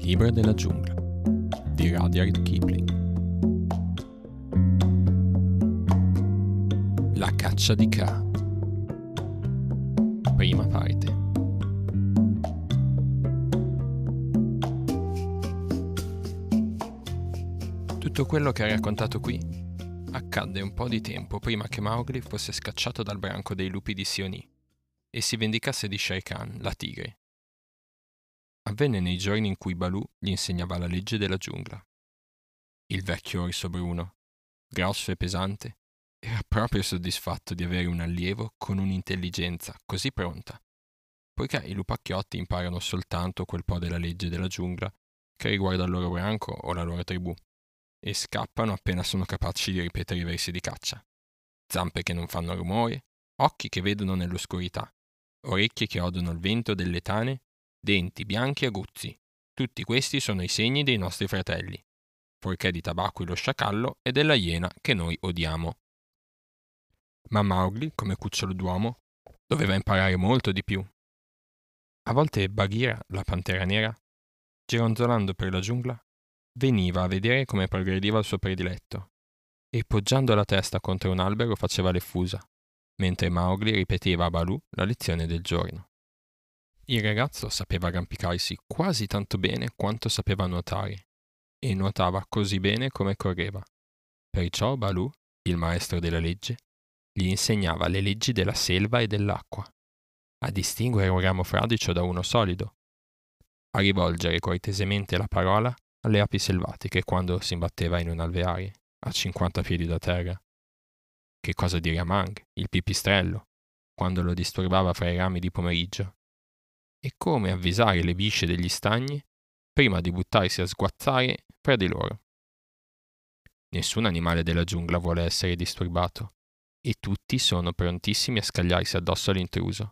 Libro della giungla di Rudyard Kipling. La caccia di Kaa. Prima parte. Tutto quello che è raccontato qui accadde un po' di tempo prima che Mowgli fosse scacciato dal branco dei lupi di Sionì e si vendicasse di Shere Khan, la tigre. Avvenne nei giorni in cui Baloo gli insegnava la legge della giungla. Il vecchio orso bruno, grosso e pesante, era proprio soddisfatto di avere un allievo con un'intelligenza così pronta, poiché i lupacchiotti imparano soltanto quel po' della legge della giungla che riguarda il loro branco o la loro tribù, e scappano appena sono capaci di ripetere i versi di caccia. Zampe che non fanno rumore, occhi che vedono nell'oscurità, orecchie che odono il vento delle tane, denti bianchi e aguzzi. Tutti questi sono i segni dei nostri fratelli, poiché di Tabaqui lo sciacallo e della iena che noi odiamo. Ma Mowgli, come cucciolo d'uomo, doveva imparare molto di più. A volte Bagheera, la pantera nera, gironzolando per la giungla, veniva a vedere come progrediva il suo prediletto e poggiando la testa contro un albero faceva le fusa, mentre Mowgli ripeteva a Baloo la lezione del giorno. Il ragazzo sapeva arrampicarsi quasi tanto bene quanto sapeva nuotare, e nuotava così bene come correva. Perciò Baloo, il maestro della legge, gli insegnava le leggi della selva e dell'acqua, a distinguere un ramo fradicio da uno solido, a rivolgere cortesemente la parola alle api selvatiche quando si imbatteva in un alveare, a 50 piedi da terra. Che cosa dire a Mang, il pipistrello, quando lo disturbava fra i rami di pomeriggio, e come avvisare le bisce degli stagni prima di buttarsi a sguazzare fra di loro. Nessun animale della giungla vuole essere disturbato, e tutti sono prontissimi a scagliarsi addosso all'intruso.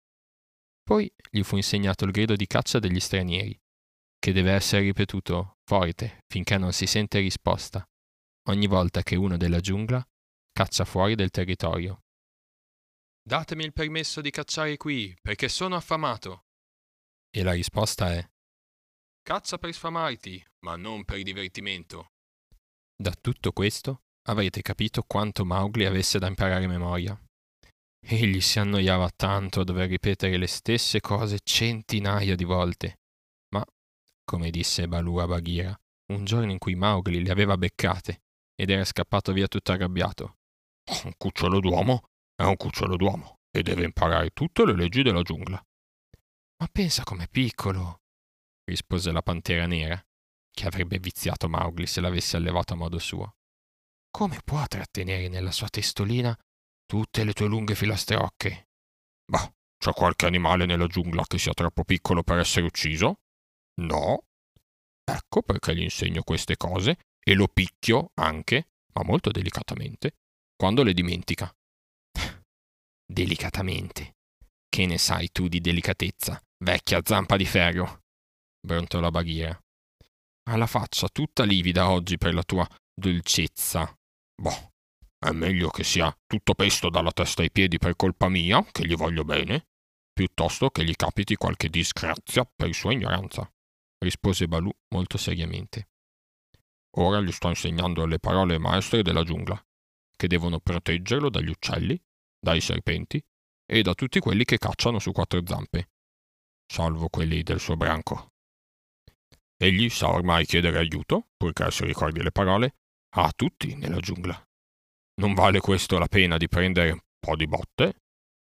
Poi gli fu insegnato il grido di caccia degli stranieri, che deve essere ripetuto forte finché non si sente risposta, ogni volta che uno della giungla caccia fuori del territorio. Datemi il permesso di cacciare qui, perché sono affamato. E la risposta è: caccia per sfamarti, ma non per divertimento. Da tutto questo avrete capito quanto Mowgli avesse da imparare a memoria. Egli si annoiava tanto a dover ripetere le stesse cose centinaia di volte. Ma, come disse Baloo a Bagheera, un giorno in cui Mowgli le aveva beccate ed era scappato via tutto arrabbiato: un cucciolo d'uomo è un cucciolo d'uomo e deve imparare tutte le leggi della giungla. Ma pensa com'è piccolo, rispose la pantera nera, che avrebbe viziato Mowgli se l'avesse allevato a modo suo. Come può trattenere nella sua testolina tutte le tue lunghe filastrocche? Bah, c'è qualche animale nella giungla che sia troppo piccolo per essere ucciso? No. Ecco perché gli insegno queste cose e lo picchio anche, ma molto delicatamente, quando le dimentica. Delicatamente? Che ne sai tu di delicatezza, vecchia zampa di ferro? Brontolò Bagheera. Alla faccia tutta livida oggi per la tua dolcezza. Boh, è meglio che sia tutto pesto dalla testa ai piedi per colpa mia, che gli voglio bene, piuttosto che gli capiti qualche disgrazia per sua ignoranza, rispose Baloo molto seriamente. Ora gli sto insegnando le parole maestre della giungla, che devono proteggerlo dagli uccelli, dai serpenti e da tutti quelli che cacciano su quattro zampe, salvo quelli del suo branco. Egli sa ormai chiedere aiuto, purché si ricordi le parole, a tutti nella giungla. Non vale questo la pena di prendere un po' di botte?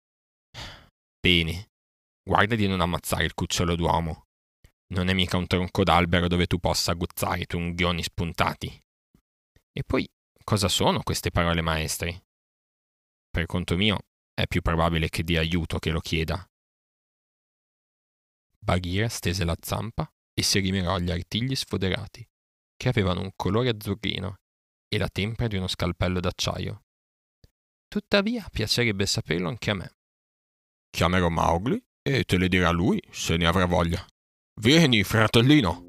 Bene, guarda di non ammazzare il cucciolo d'uomo. Non è mica un tronco d'albero dove tu possa aguzzare i tuoi unghioni spuntati. E poi, cosa sono queste parole maestre? Per conto mio, è più probabile che dia aiuto che lo chieda. Bagheera stese la zampa e si rimirò agli artigli sfoderati, che avevano un colore azzurrino e la tempra di uno scalpello d'acciaio. Tuttavia piacerebbe saperlo anche a me. Chiamerò Mowgli e te le dirà lui se ne avrà voglia. Vieni, fratellino!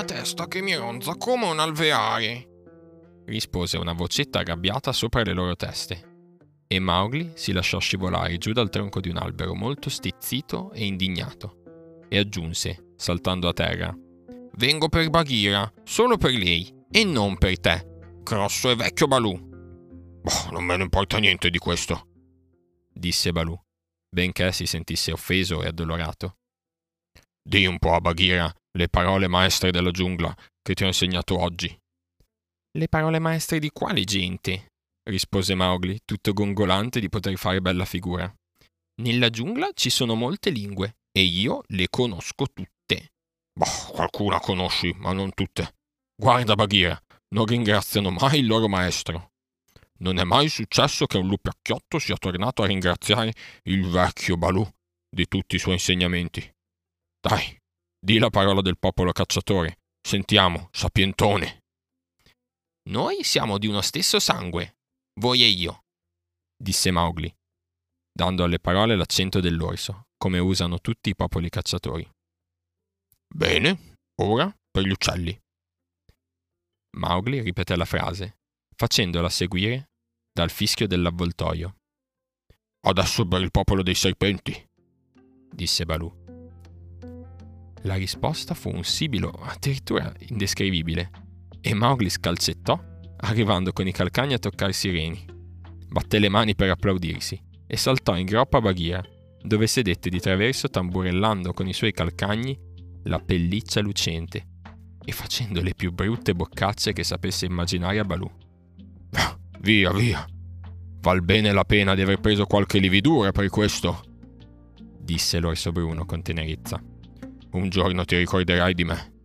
la testa che mi ronza come un alveare», rispose una vocetta arrabbiata sopra le loro teste. E Mowgli si lasciò scivolare giù dal tronco di un albero molto stizzito e indignato, e aggiunse, saltando a terra: «Vengo per Bagheera, solo per lei, e non per te, grosso e vecchio Baloo». «Boh, non me ne importa niente di questo», disse Baloo, benché si sentisse offeso e addolorato. «Dì un po' a Bagheera le parole maestre della giungla che ti ho insegnato oggi». «Le parole maestre di quale gente?» rispose Mowgli, tutto gongolante di poter fare bella figura. «Nella giungla ci sono molte lingue e io le conosco tutte». «Boh, qualcuna conosci, ma non tutte. Guarda, Bagheera, non ringraziano mai il loro maestro. Non è mai successo che un luperchiotto sia tornato a ringraziare il vecchio Baloo di tutti i suoi insegnamenti. Dai, di la parola del popolo cacciatore. Sentiamo, sapientone». «Noi siamo di uno stesso sangue, voi e io», disse Mowgli, dando alle parole l'accento dell'orso, come usano tutti i popoli cacciatori. «Bene, ora per gli uccelli». Mowgli ripeté la frase, facendola seguire dal fischio dell'avvoltoio. «Adesso per il popolo dei serpenti», disse Baloo. La risposta fu un sibilo addirittura indescrivibile, e Mowgli scalcettò, arrivando con i calcagni a toccarsi i reni. Batté le mani per applaudirsi e saltò in groppa a Bagheera, dove sedette di traverso tamburellando con i suoi calcagni la pelliccia lucente e facendo le più brutte boccacce che sapesse immaginare a Baloo. «Via, via! Val bene la pena di aver preso qualche lividura per questo», disse l'orso bruno con tenerezza. «Un giorno ti ricorderai di me».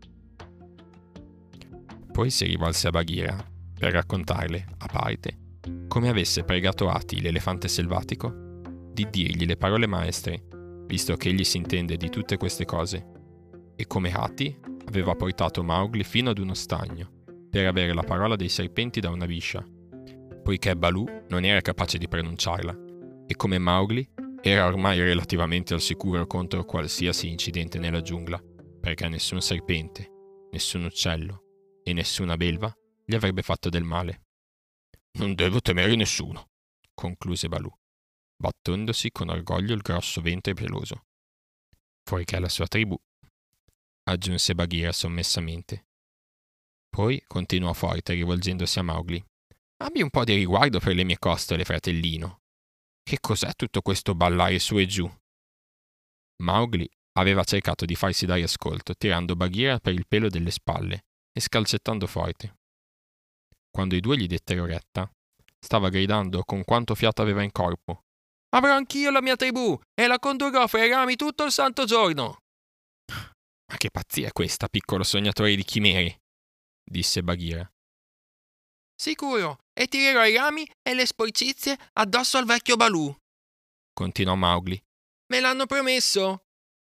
Poi si rivolse a Bagheera per raccontarle, a parte, come avesse pregato Hati, l'elefante selvatico, di dirgli le parole maestre, visto che egli si intende di tutte queste cose, e come Hati aveva portato Mowgli fino ad uno stagno per avere la parola dei serpenti da una biscia, poiché Baloo non era capace di pronunciarla, e come Mowgli era ormai relativamente al sicuro contro qualsiasi incidente nella giungla, perché nessun serpente, nessun uccello e nessuna belva gli avrebbe fatto del male. «Non devo temere nessuno», concluse Baloo, battendosi con orgoglio il grosso ventre peloso. «Poiché la sua tribù», aggiunse Bagheera sommessamente. Poi continuò forte rivolgendosi a Mowgli. «Abbi un po' di riguardo per le mie costole, fratellino. Che cos'è tutto questo ballare su e giù?» Mowgli aveva cercato di farsi dare ascolto, tirando Bagheera per il pelo delle spalle e scalcettando forte. Quando i due gli dettero retta, stava gridando con quanto fiato aveva in corpo. «Avrò anch'io la mia tribù e la condurrò fra i rami tutto il santo giorno!» «Ma che pazzia è questa, piccolo sognatore di chimere?» disse Bagheera. «Sicuro, e tirerò i rami e le sporcizie addosso al vecchio Baloo», continuò Mowgli. «Me l'hanno promesso!»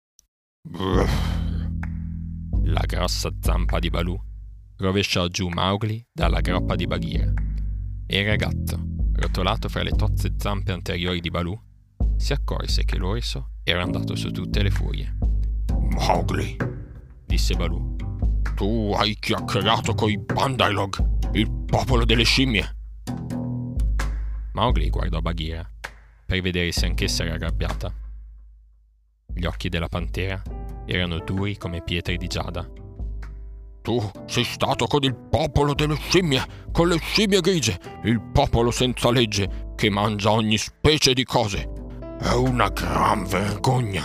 La grossa zampa di Baloo rovesciò giù Mowgli dalla groppa di Bagheera, e il ragazzo, rotolato fra le tozze zampe anteriori di Baloo, si accorse che l'orso era andato su tutte le furie. «Mowgli», disse Baloo, «tu hai chiacchierato coi Bandai-Log, il popolo delle scimmie». Mowgli guardò Bagheera per vedere se anch'essa era arrabbiata. Gli occhi della pantera erano duri come pietre di giada. «Tu sei stato con il popolo delle scimmie, con le scimmie grigie, il popolo senza legge che mangia ogni specie di cose. È una gran vergogna!»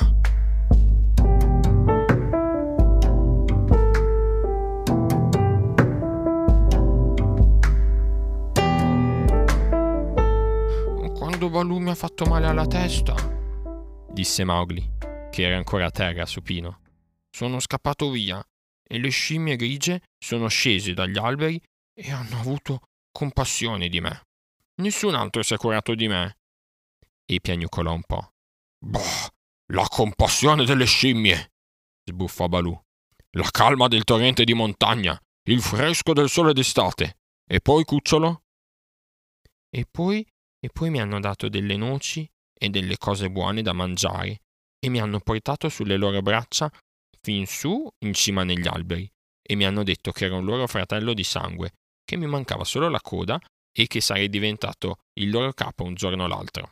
«Quando Baloo mi ha fatto male alla testa», disse Mowgli, che era ancora a terra supino, «sono scappato via e le scimmie grigie sono scese dagli alberi e hanno avuto compassione di me. Nessun altro si è curato di me». E piagnucolò un po'. «Boh, la compassione delle scimmie!» sbuffò Baloo. «La calma del torrente di montagna, il fresco del sole d'estate. E poi, cucciolo?» E poi mi hanno dato delle noci e delle cose buone da mangiare e mi hanno portato sulle loro braccia fin su in cima negli alberi e mi hanno detto che ero un loro fratello di sangue, che mi mancava solo la coda e che sarei diventato il loro capo un giorno o l'altro.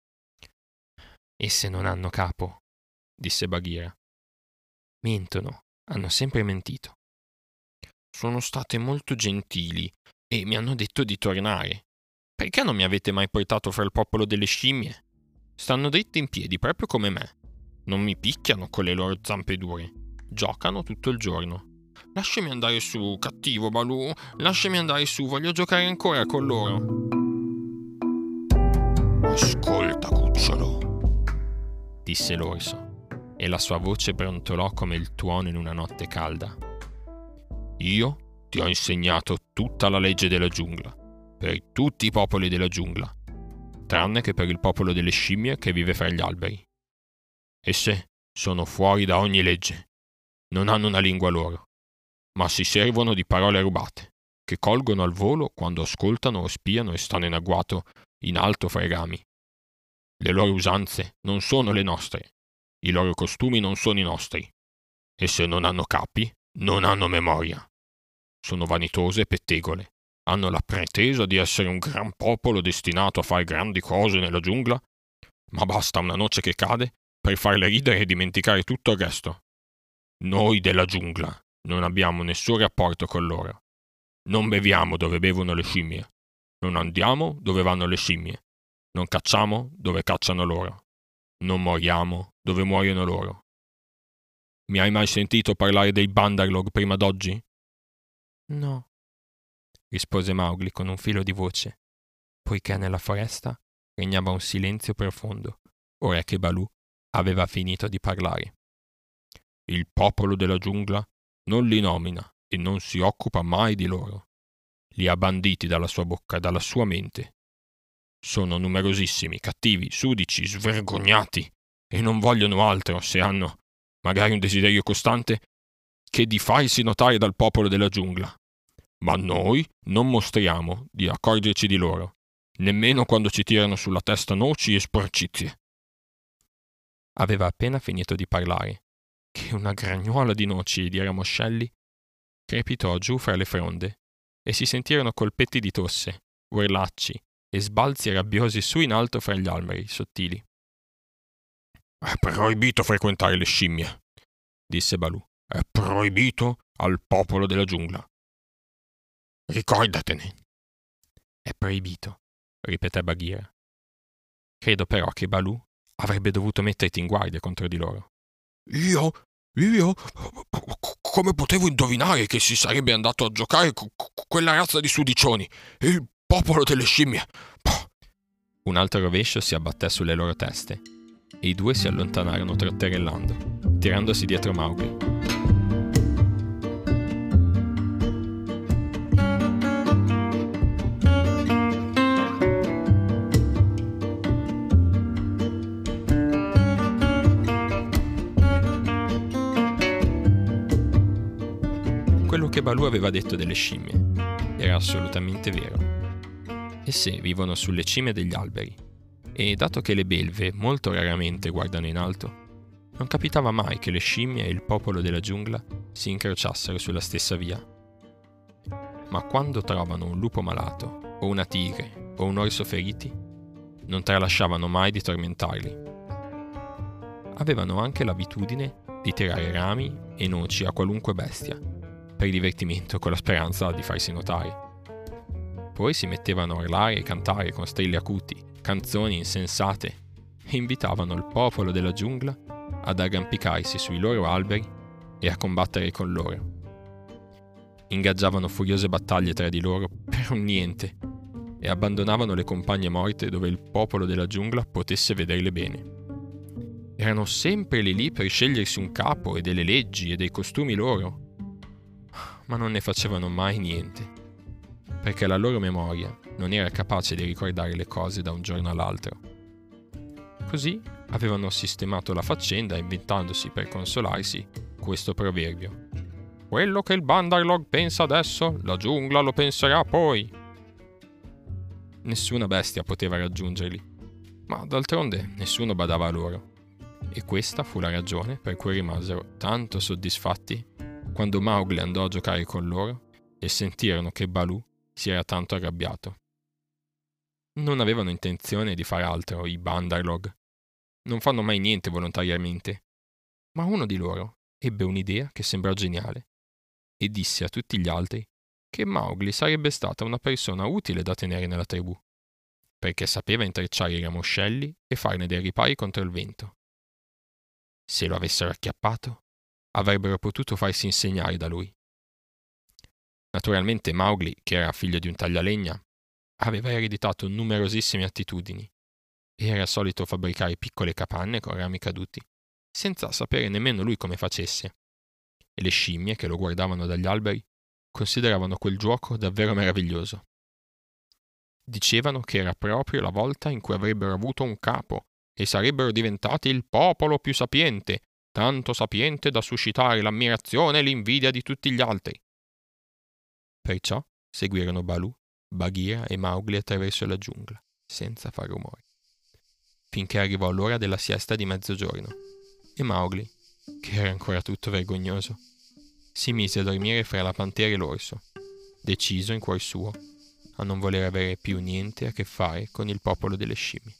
Esse non hanno capo, disse Bagheera. Mentono, hanno sempre mentito. Sono state molto gentili e mi hanno detto di tornare. Perché non mi avete mai portato fra il popolo delle scimmie? Stanno dritti in piedi proprio come me. Non mi picchiano con le loro zampe dure. Giocano tutto il giorno. Lasciami andare su, cattivo Baloo. Lasciami andare su, voglio giocare ancora con loro. Ascolta, cucciolo, disse l'orso, e la sua voce brontolò come il tuono in una notte calda. Io ti ho insegnato tutta la legge della giungla, per tutti i popoli della giungla, tranne che per il popolo delle scimmie che vive fra gli alberi. Esse sono fuori da ogni legge, non hanno una lingua loro, ma si servono di parole rubate, che colgono al volo quando ascoltano o spiano e stanno in agguato in alto fra i rami. Le loro usanze non sono le nostre, i loro costumi non sono i nostri, e se non hanno capi, non hanno memoria. Sono vanitose e pettegole, hanno la pretesa di essere un gran popolo destinato a fare grandi cose nella giungla, ma basta una noce che cade per farle ridere e dimenticare tutto il resto. Noi della giungla non abbiamo nessun rapporto con loro. Non beviamo dove bevono le scimmie, non andiamo dove vanno le scimmie, non cacciamo dove cacciano loro, non moriamo dove muoiono loro. Mi hai mai sentito parlare dei Bandarlog prima d'oggi? No, rispose Mowgli con un filo di voce, poiché nella foresta regnava un silenzio profondo, ora che Baloo aveva finito di parlare. Il popolo della giungla non li nomina e non si occupa mai di loro. Li ha banditi dalla sua bocca e dalla sua mente. Sono numerosissimi, cattivi, sudici, svergognati e non vogliono altro, se hanno magari un desiderio costante, che di farsi notare dal popolo della giungla. Ma noi non mostriamo di accorgerci di loro, nemmeno quando ci tirano sulla testa noci e sporcizie. Aveva appena finito di parlare, che una gragnuola di noci e di ramoscelli crepitò giù fra le fronde e si sentirono colpetti di tosse, urlacci e sbalzi rabbiosi su in alto fra gli alberi sottili. È proibito frequentare le scimmie, disse Baloo. È proibito al popolo della giungla. Ricordatene. È proibito, ripeté Bagheera. Credo però che Baloo avrebbe dovuto metterti in guardia contro di loro. Io? Come potevo indovinare che si sarebbe andato a giocare con quella razza di sudicioni? Il popolo delle scimmie! Un altro rovescio si abbatté sulle loro teste e i due si allontanarono trotterellando, tirandosi dietro Mowgli. Quello che Baloo aveva detto delle scimmie era assolutamente vero. Esse vivono sulle cime degli alberi e, dato che le belve molto raramente guardano in alto, non capitava mai che le scimmie e il popolo della giungla si incrociassero sulla stessa via. Ma quando trovano un lupo malato, o una tigre, o un orso feriti, non tralasciavano mai di tormentarli. Avevano anche l'abitudine di tirare rami e noci a qualunque bestia, per divertimento, con la speranza di farsi notare. Poi si mettevano a urlare e cantare con strilli acuti, canzoni insensate, e invitavano il popolo della giungla ad arrampicarsi sui loro alberi e a combattere con loro. Ingaggiavano furiose battaglie tra di loro per un niente e abbandonavano le compagne morte dove il popolo della giungla potesse vederle bene. Erano sempre lì per scegliersi un capo e delle leggi e dei costumi loro, ma non ne facevano mai niente, perché la loro memoria non era capace di ricordare le cose da un giorno all'altro. Così avevano sistemato la faccenda inventandosi per consolarsi questo proverbio: quello che il Bandarlog pensa adesso, la giungla lo penserà poi. Nessuna bestia poteva raggiungerli, ma d'altronde nessuno badava a loro, e questa fu la ragione per cui rimasero tanto soddisfatti quando Mowgli andò a giocare con loro e sentirono che Baloo si era tanto arrabbiato. Non avevano intenzione di fare altro i Bandarlog. Non fanno mai niente volontariamente. Ma uno di loro ebbe un'idea che sembrò geniale e disse a tutti gli altri che Mowgli sarebbe stata una persona utile da tenere nella tribù, perché sapeva intrecciare i ramoscelli e farne dei ripari contro il vento. Se lo avessero acchiappato, avrebbero potuto farsi insegnare da lui. Naturalmente Mowgli, che era figlio di un taglialegna, aveva ereditato numerosissime attitudini e era solito fabbricare piccole capanne con rami caduti, senza sapere nemmeno lui come facesse. E le scimmie che lo guardavano dagli alberi consideravano quel gioco davvero meraviglioso. Dicevano che era proprio la volta in cui avrebbero avuto un capo e sarebbero diventati il popolo più sapiente, tanto sapiente da suscitare l'ammirazione e l'invidia di tutti gli altri. Perciò seguirono Baloo, Bagheera e Mowgli attraverso la giungla, senza far rumore, finché arrivò l'ora della siesta di mezzogiorno, e Mowgli, che era ancora tutto vergognoso, si mise a dormire fra la pantera e l'orso, deciso in cuor suo a non voler avere più niente a che fare con il popolo delle scimmie.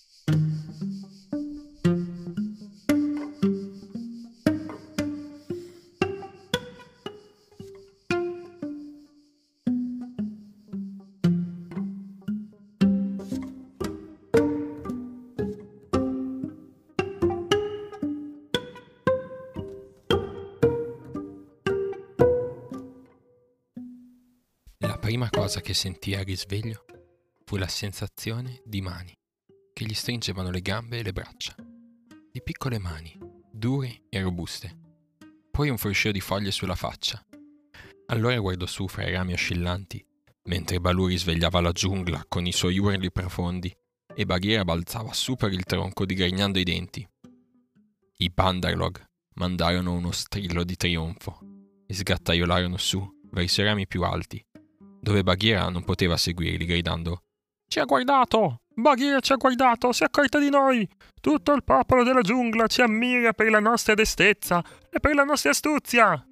La prima cosa che sentì al risveglio fu la sensazione di mani che gli stringevano le gambe e le braccia, di piccole mani, dure e robuste. Poi un fruscio di foglie sulla faccia. Allora guardò su fra i rami oscillanti, mentre Baloo risvegliava la giungla con i suoi urli profondi e Bagheera balzava su per il tronco digrignando i denti. I Bandarlog mandarono uno strillo di trionfo e sgattaiolarono su verso i rami più alti, dove Bagheera non poteva seguirli, gridando: «Ci ha guardato! Bagheera ci ha guardato! Si è accorta di noi! Tutto il popolo della giungla ci ammira per la nostra destezza e per la nostra astuzia!»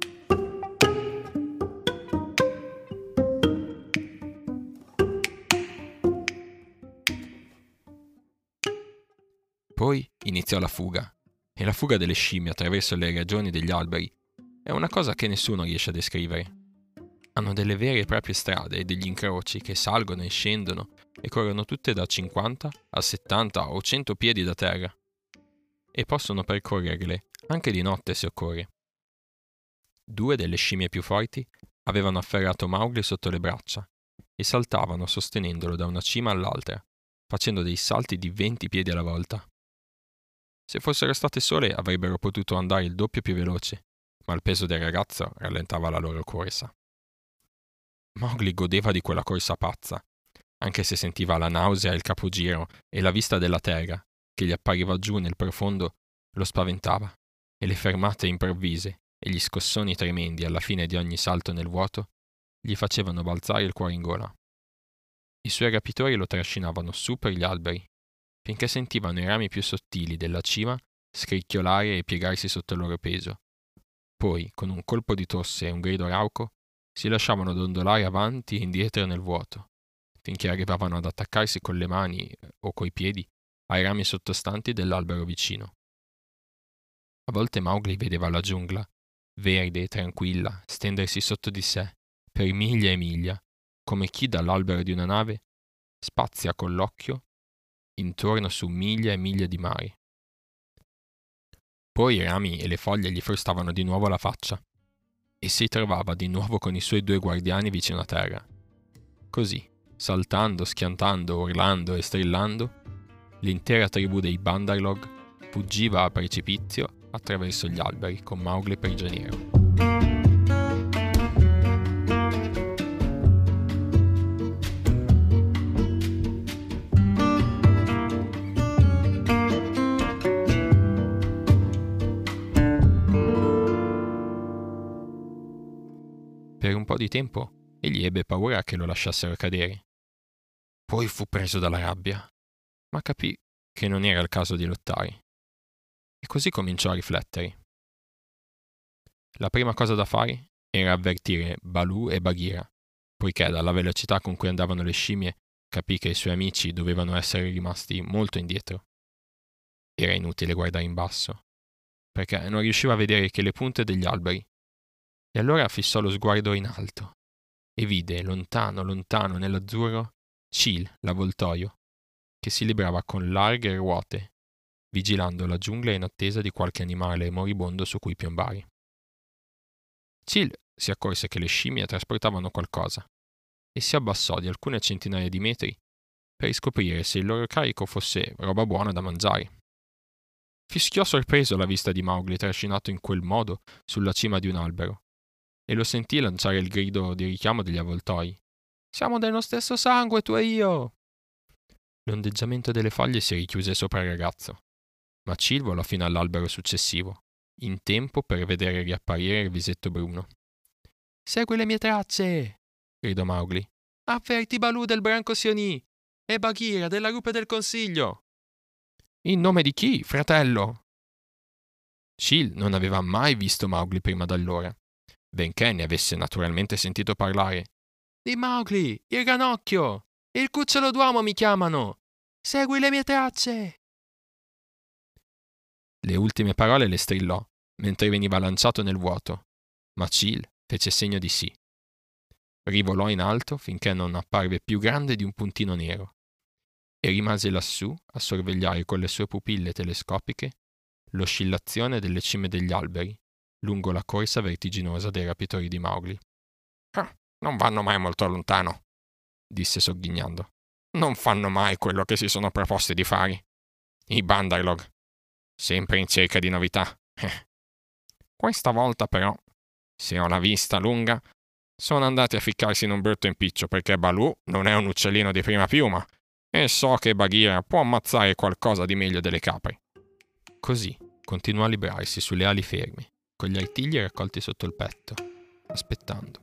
Poi iniziò la fuga, e la fuga delle scimmie attraverso le regioni degli alberi è una cosa che nessuno riesce a descrivere. Hanno delle vere e proprie strade e degli incroci che salgono e scendono e corrono tutte da 50 a 70 o 100 piedi da terra. E possono percorrerle anche di notte se occorre. 2 delle scimmie più forti avevano afferrato Mowgli sotto le braccia e saltavano sostenendolo da una cima all'altra, facendo dei salti di 20 piedi alla volta. Se fossero state sole avrebbero potuto andare il doppio più veloce, ma il peso del ragazzo rallentava la loro corsa. Mowgli godeva di quella corsa pazza, anche se sentiva la nausea e il capogiro e la vista della terra, che gli appariva giù nel profondo, lo spaventava, e le fermate improvvise e gli scossoni tremendi alla fine di ogni salto nel vuoto gli facevano balzare il cuore in gola. I suoi rapitori lo trascinavano su per gli alberi, finché sentivano i rami più sottili della cima scricchiolare e piegarsi sotto il loro peso. Poi, con un colpo di tosse e un grido rauco, si lasciavano dondolare avanti e indietro nel vuoto, finché arrivavano ad attaccarsi con le mani o coi piedi ai rami sottostanti dell'albero vicino. A volte Mowgli vedeva la giungla, verde e tranquilla, stendersi sotto di sé, per miglia e miglia, come chi dall'albero di una nave spazia con l'occhio intorno su miglia e miglia di mare. Poi i rami e le foglie gli frustavano di nuovo la faccia e si trovava di nuovo con i suoi 2 guardiani vicino a terra. Così, saltando, schiantando, urlando e strillando, l'intera tribù dei Bandarlog fuggiva a precipizio attraverso gli alberi con Mowgli prigioniero. Per un po' di tempo egli ebbe paura che lo lasciassero cadere. Poi fu preso dalla rabbia, ma capì che non era il caso di lottare. E così cominciò a riflettere. La prima cosa da fare era avvertire Balù e Bagheera, poiché dalla velocità con cui andavano le scimmie capì che i suoi amici dovevano essere rimasti molto indietro. Era inutile guardare in basso, perché non riusciva a vedere che le punte degli alberi, e allora fissò lo sguardo in alto e vide lontano, lontano nell'azzurro Chil, l'avvoltoio, che si librava con larghe ruote, vigilando la giungla in attesa di qualche animale moribondo su cui piombare. Chil si accorse che le scimmie trasportavano qualcosa e si abbassò di alcune centinaia di metri per scoprire se il loro carico fosse roba buona da mangiare. Fischiò sorpreso alla vista di Mowgli trascinato in quel modo sulla cima di un albero e lo sentì lanciare il grido di richiamo degli avvoltoi. «Siamo dello stesso sangue, tu e io!» L'ondeggiamento delle foglie si richiuse sopra il ragazzo, ma Chil volò fino all'albero successivo, in tempo per vedere riapparire il visetto bruno. «Segui le mie tracce!» gridò Mowgli. «Avverti Balù del branco Sionì e Bagheera della rupe del consiglio!» «In nome di chi, fratello?» Chil non aveva mai visto Mowgli prima d'allora, benché ne avesse naturalmente sentito parlare. «Di Mowgli, il ranocchio! Il cucciolo d'uomo mi chiamano! Segui le mie tracce!» Le ultime parole le strillò, mentre veniva lanciato nel vuoto, ma Chil fece segno di sì. Rivolò in alto finché non apparve più grande di un puntino nero e rimase lassù a sorvegliare con le sue pupille telescopiche l'oscillazione delle cime degli alberi lungo la corsa vertiginosa dei rapitori di Mowgli. «Ah, non vanno mai molto lontano», disse sogghignando. «Non fanno mai quello che si sono proposti di fare. I Bandarlog, sempre in cerca di novità. Questa volta però, se ho la vista lunga, sono andati a ficcarsi in un brutto impiccio perché Balù non è un uccellino di prima piuma e so che Bagheera può ammazzare qualcosa di meglio delle capre». Così continuò a librarsi sulle ali ferme, con gli artigli raccolti sotto il petto, aspettando.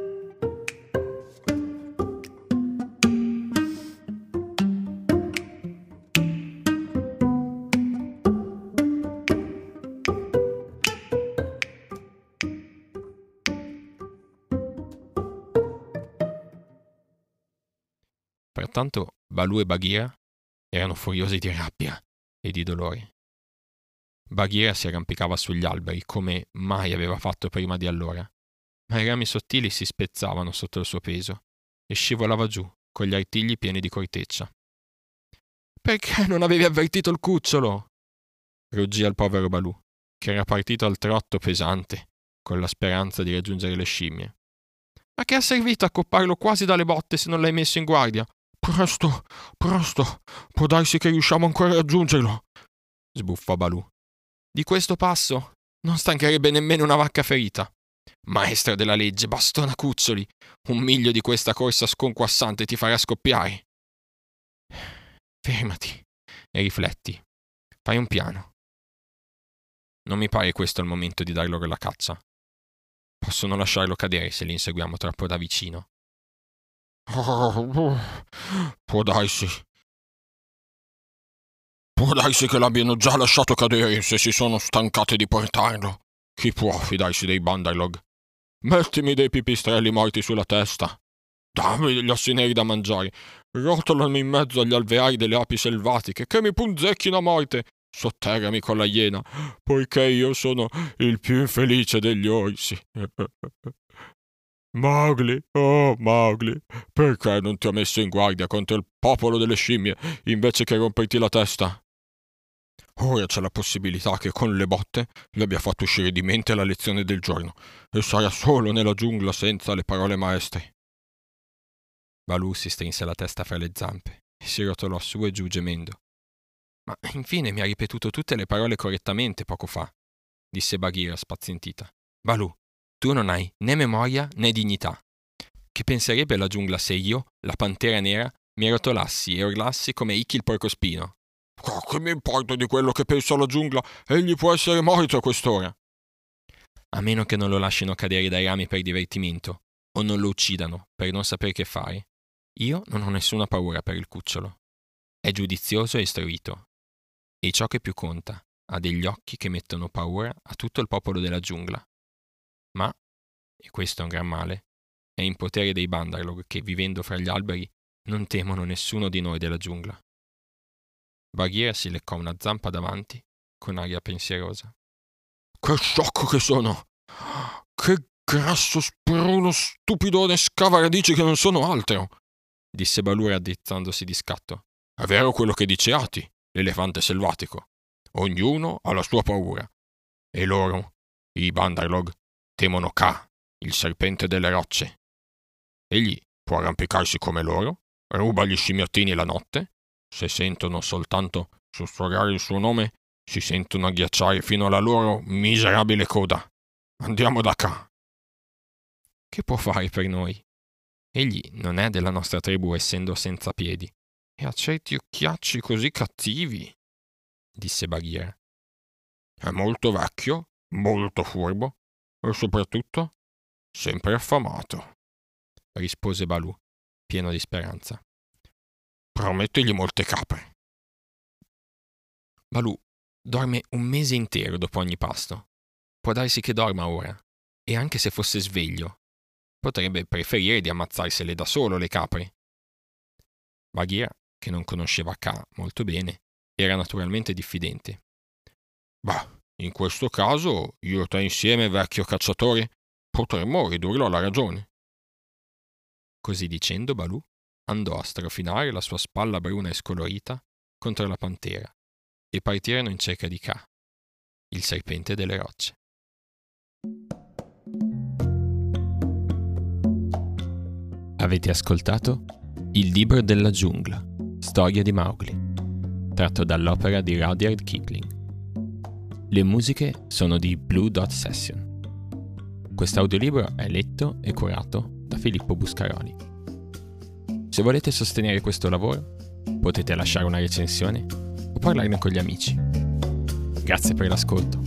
Pertanto Balù e Bagheera erano furiosi di rabbia e di dolore. Bagheera si arrampicava sugli alberi come mai aveva fatto prima di allora, ma i rami sottili si spezzavano sotto il suo peso e scivolava giù con gli artigli pieni di corteccia. «Perché non avevi avvertito il cucciolo?» ruggì al povero Balù, che era partito al trotto pesante, con la speranza di raggiungere le scimmie. «Ma che è servito accopparlo quasi dalle botte se non l'hai messo in guardia?» «Presto, presto, può darsi che riusciamo ancora a raggiungerlo», sbuffò Balù. «Di questo passo non stancherebbe nemmeno una vacca ferita. Maestra della legge, bastona cuccioli, un miglio di questa corsa sconquassante ti farà scoppiare. Fermati e rifletti. Fai un piano. Non mi pare questo il momento di dar loro la caccia. Possono lasciarlo cadere se li inseguiamo troppo da vicino». Può darsi. Può darsi che l'abbiano già lasciato cadere se si sono stancati di portarlo. Chi può fidarsi dei Bandarlog? Mettimi dei pipistrelli morti sulla testa. Dammi degli assi neri da mangiare. Rotolami in mezzo agli alveari delle api selvatiche che mi punzecchino a morte. Sotterrami con la iena, poiché io sono il più infelice degli orsi. Mowgli, oh Mowgli, perché non ti ho messo in guardia contro il popolo delle scimmie invece che romperti la testa? Ora c'è la possibilità che con le botte gli abbia fatto uscire di mente la lezione del giorno e sarà solo nella giungla senza le parole maestre. Balù si strinse la testa fra le zampe e si rotolò su e giù gemendo. «Ma infine mi ha ripetuto tutte le parole correttamente poco fa», disse Bagheera spazientita. «Balù, tu non hai né memoria né dignità. Che penserebbe la giungla se io, la pantera nera, mi rotolassi e urlassi come Ikki il porcospino?» Che mi importa di quello che pensa la giungla? Egli può essere morto a quest'ora. A meno che non lo lasciano cadere dai rami per divertimento o non lo uccidano per non sapere che fare. Io non ho nessuna paura per il cucciolo. È giudizioso e istruito. E ciò che più conta, ha degli occhi che mettono paura a tutto il popolo della giungla. Ma, e questo è un gran male, è in potere dei Bandarlog che, vivendo fra gli alberi, non temono nessuno di noi della giungla. Bagheera si leccò una zampa davanti con aria pensierosa. Che sciocco che sono! Che grasso spruno stupidone scava radici che non sono altro! Disse Balù raddrizzandosi di scatto. È vero quello che dice Ati, l'elefante selvatico. Ognuno ha la sua paura. E loro, i Bandarlog, temono Ka, il serpente delle rocce. Egli può arrampicarsi come loro, ruba gli scimmiottini la notte. Se sentono soltanto sussurrare il suo nome, si sentono agghiacciare fino alla loro miserabile coda. Andiamo da Ka. Che può fare per noi? Egli non è della nostra tribù, essendo senza piedi, e ha certi occhiacci così cattivi, disse Bagheera. È molto vecchio, molto furbo e soprattutto sempre affamato, rispose Balù, pieno di speranza. Promettegli molte capre. Balù dorme un mese intero dopo ogni pasto. Può darsi che dorma ora, e anche se fosse sveglio, potrebbe preferire di ammazzarsele da solo le capre. Bagheera, che non conosceva Ka molto bene, era naturalmente diffidente. Beh, in questo caso, io e te insieme, vecchio cacciatore, potremmo ridurlo alla ragione. Così dicendo, Balù andò a strofinare la sua spalla bruna e scolorita contro la pantera e partirono in cerca di Ka, il serpente delle rocce. Avete ascoltato Il libro della giungla, storia di Mowgli, tratto dall'opera di Rudyard Kipling. Le musiche sono di Blue Dot Session. Quest'audiolibro è letto e curato da Filippo Buscaroli. Se volete sostenere questo lavoro, potete lasciare una recensione o parlarne con gli amici. Grazie per l'ascolto.